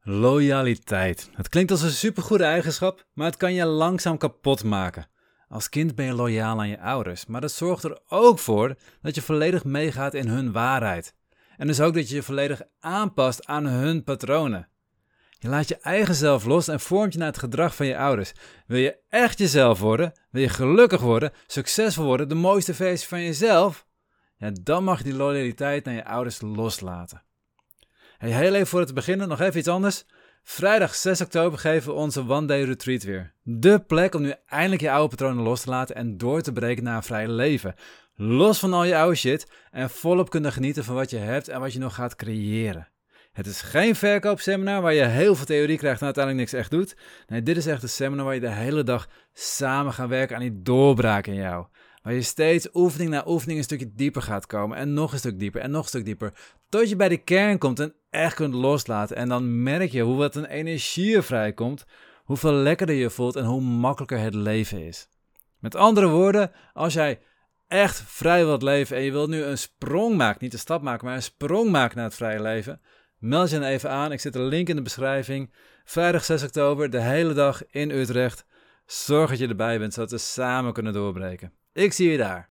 Loyaliteit. Het klinkt als een supergoede eigenschap, maar het kan je langzaam kapot maken. Als kind ben je loyaal aan je ouders, maar dat zorgt er ook voor dat je volledig meegaat in hun waarheid. En dus ook dat je je volledig aanpast aan hun patronen. Je laat je eigen zelf los en vormt je naar het gedrag van je ouders. Wil je echt jezelf worden? Wil je gelukkig worden? Succesvol worden? De mooiste versie van jezelf? Ja, dan mag je die loyaliteit naar je ouders loslaten. Hey, heel even voor het beginnen, nog even iets anders. Vrijdag 6 oktober geven we onze One Day Retreat weer. De plek om nu eindelijk je oude patronen los te laten en door te breken naar een vrij leven. Los van al je oude shit en volop kunnen genieten van wat je hebt en wat je nog gaat creëren. Het is geen verkoopseminar waar je heel veel theorie krijgt en uiteindelijk niks echt doet. Nee, dit is echt een seminar waar je de hele dag samen gaat werken aan die doorbraak in jou. Waar je steeds oefening na oefening een stukje dieper gaat komen en nog een stuk dieper en nog een stuk dieper. Tot je bij de kern komt en echt kunt loslaten. En dan merk je hoe wat een energie er vrijkomt, hoeveel lekkerder je voelt en hoe makkelijker het leven is. Met andere woorden, als jij echt vrij wilt leven en je wilt nu een sprong maken, niet een stap maken, maar een sprong maken naar het vrije leven, meld je dan even aan. Ik zet een link in de beschrijving. Vrijdag 6 oktober, de hele dag in Utrecht. Zorg dat je erbij bent, zodat we samen kunnen doorbreken. Ik zie je daar.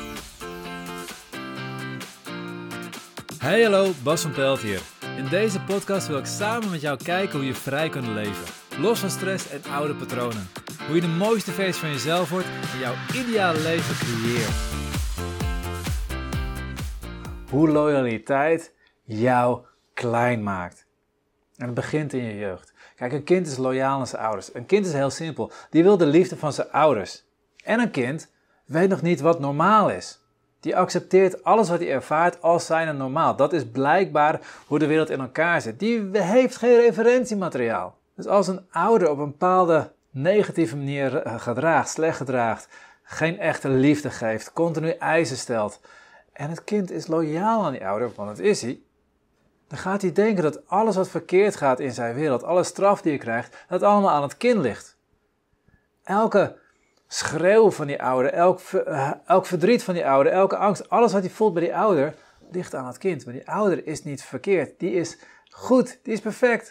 Hey hallo, Bas van Pelt hier. In deze podcast wil ik samen met jou kijken hoe je vrij kunt leven. Los van stress en oude patronen. Hoe je de mooiste versie van jezelf wordt en jouw ideale leven creëert. Hoe loyaliteit jou klein maakt. En het begint in je jeugd. Kijk, een kind is loyaal aan zijn ouders. Een kind is heel simpel. Die wil de liefde van zijn ouders. En een kind weet nog niet wat normaal is. Die accepteert alles wat hij ervaart als zijnde normaal. Dat is blijkbaar hoe de wereld in elkaar zit. Die heeft geen referentiemateriaal. Dus als een ouder op een bepaalde negatieve manier gedraagt, slecht gedraagt, geen echte liefde geeft, continu eisen stelt, en het kind is loyaal aan die ouder, want dat is hij, dan gaat hij denken dat alles wat verkeerd gaat in zijn wereld, alle straf die hij krijgt, dat allemaal aan het kind ligt. Elke schreeuw van die ouder, elk verdriet van die ouder, elke angst, alles wat hij voelt bij die ouder, ligt aan het kind. Maar die ouder is niet verkeerd, die is goed, die is perfect.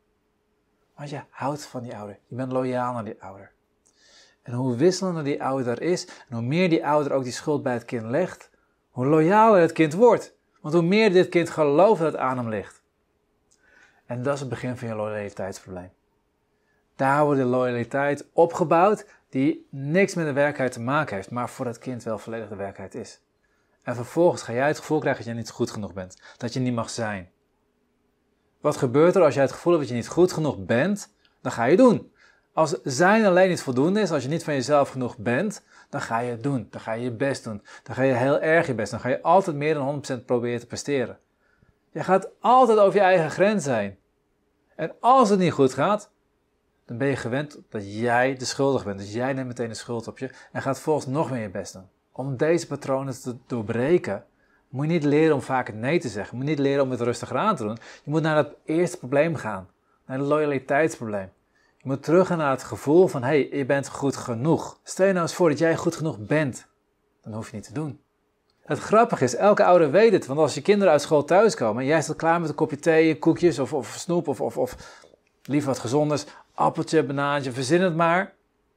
Want je houdt van die ouder, je bent loyaal naar die ouder. En hoe wisselender die ouder is, en hoe meer die ouder ook die schuld bij het kind legt, hoe loyaler het kind wordt. Want hoe meer dit kind gelooft dat het aan hem ligt. En dat is het begin van je loyaliteitsprobleem. Daar wordt de loyaliteit opgebouwd die niks met de werkelijkheid te maken heeft, maar voor dat kind wel volledig de werkelijkheid is. En vervolgens ga jij het gevoel krijgen dat je niet goed genoeg bent. Dat je niet mag zijn. Wat gebeurt er als jij het gevoel hebt dat je niet goed genoeg bent? Dan ga je doen. Als zijn alleen niet voldoende is, als je niet van jezelf genoeg bent, dan ga je het doen. Dan ga je je best doen. Dan ga je heel erg je best doen. Dan ga je altijd meer dan 100% proberen te presteren. Je gaat altijd over je eigen grens zijn. En als het niet goed gaat, dan ben je gewend dat jij de schuldig bent. Dus jij neemt meteen de schuld op je en gaat volgens nog meer je best doen. Om deze patronen te doorbreken, moet je niet leren om vaker nee te zeggen. Je moet niet leren om het rustiger aan te doen. Je moet naar het eerste probleem gaan. Naar het loyaliteitsprobleem. Je moet terug gaan naar het gevoel van, hey, je bent goed genoeg. Stel je nou eens voor dat jij goed genoeg bent. Dan hoef je niet te doen. Het grappige is, elke ouder weet het. Want als je kinderen uit school thuiskomen en jij staat klaar met een kopje thee, koekjes of snoep of liever wat gezonders, appeltje, banaantje, verzin het maar.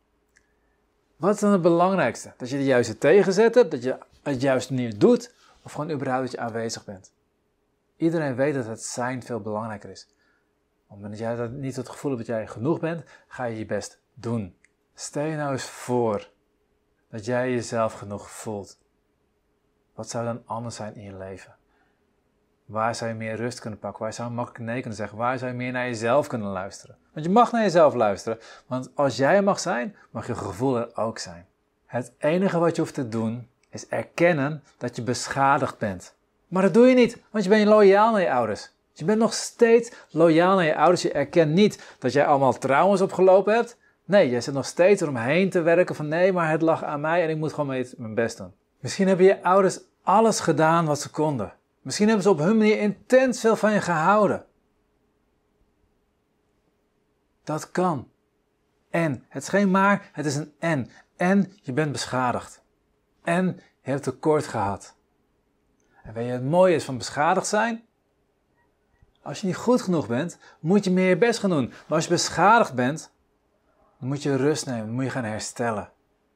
Wat is dan het belangrijkste? Dat je de juiste tegenzet hebt, dat je het juiste manier doet, of gewoon überhaupt dat je aanwezig bent. Iedereen weet dat het zijn veel belangrijker is. Omdat jij dat niet het gevoel hebt dat jij genoeg bent, ga je je best doen. Stel je nou eens voor dat jij jezelf genoeg voelt. Wat zou dan anders zijn in je leven? Waar zou je meer rust kunnen pakken? Waar zou je makkelijk nee kunnen zeggen? Waar zou je meer naar jezelf kunnen luisteren? Want je mag naar jezelf luisteren. Want als jij er mag zijn, mag je gevoel er ook zijn. Het enige wat je hoeft te doen, is erkennen dat je beschadigd bent. Maar dat doe je niet, want je bent loyaal naar je ouders. Je bent nog steeds loyaal naar je ouders. Je erkent niet dat jij allemaal trauma's opgelopen hebt. Nee, jij zit nog steeds eromheen te werken van nee, maar het lag aan mij en ik moet gewoon mijn best doen. Misschien hebben je ouders alles gedaan wat ze konden. Misschien hebben ze op hun manier intens veel van je gehouden. Dat kan. En, het is geen maar, het is een en. En je bent beschadigd. En je hebt tekort gehad. En weet je het mooie is van beschadigd zijn? Als je niet goed genoeg bent, moet je meer je best gaan doen. Maar als je beschadigd bent, dan moet je rust nemen, dan moet je gaan herstellen.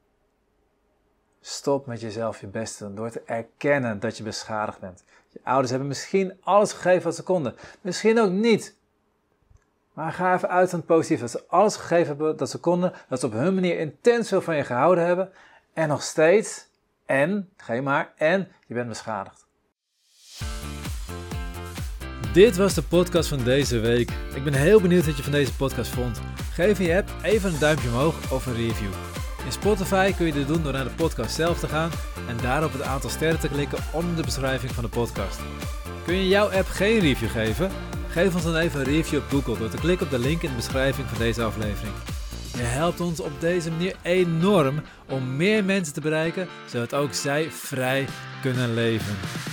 Stop met jezelf je best te doen door te erkennen dat je beschadigd bent. Je ouders hebben misschien alles gegeven wat ze konden, misschien ook niet. Maar ga even uit van het positief, dat ze alles gegeven hebben dat ze konden, dat ze op hun manier intens veel van je gehouden hebben en nog steeds, je bent beschadigd. Dit was de podcast van deze week. Ik ben heel benieuwd wat je van deze podcast vond. Geef in je app even een duimpje omhoog of een review. In Spotify kun je dit doen door naar de podcast zelf te gaan en daar op het aantal sterren te klikken onder de beschrijving van de podcast. Kun je jouw app geen review geven? Geef ons dan even een review op Google door te klikken op de link in de beschrijving van deze aflevering. Je helpt ons op deze manier enorm om meer mensen te bereiken, zodat ook zij vrij kunnen leven.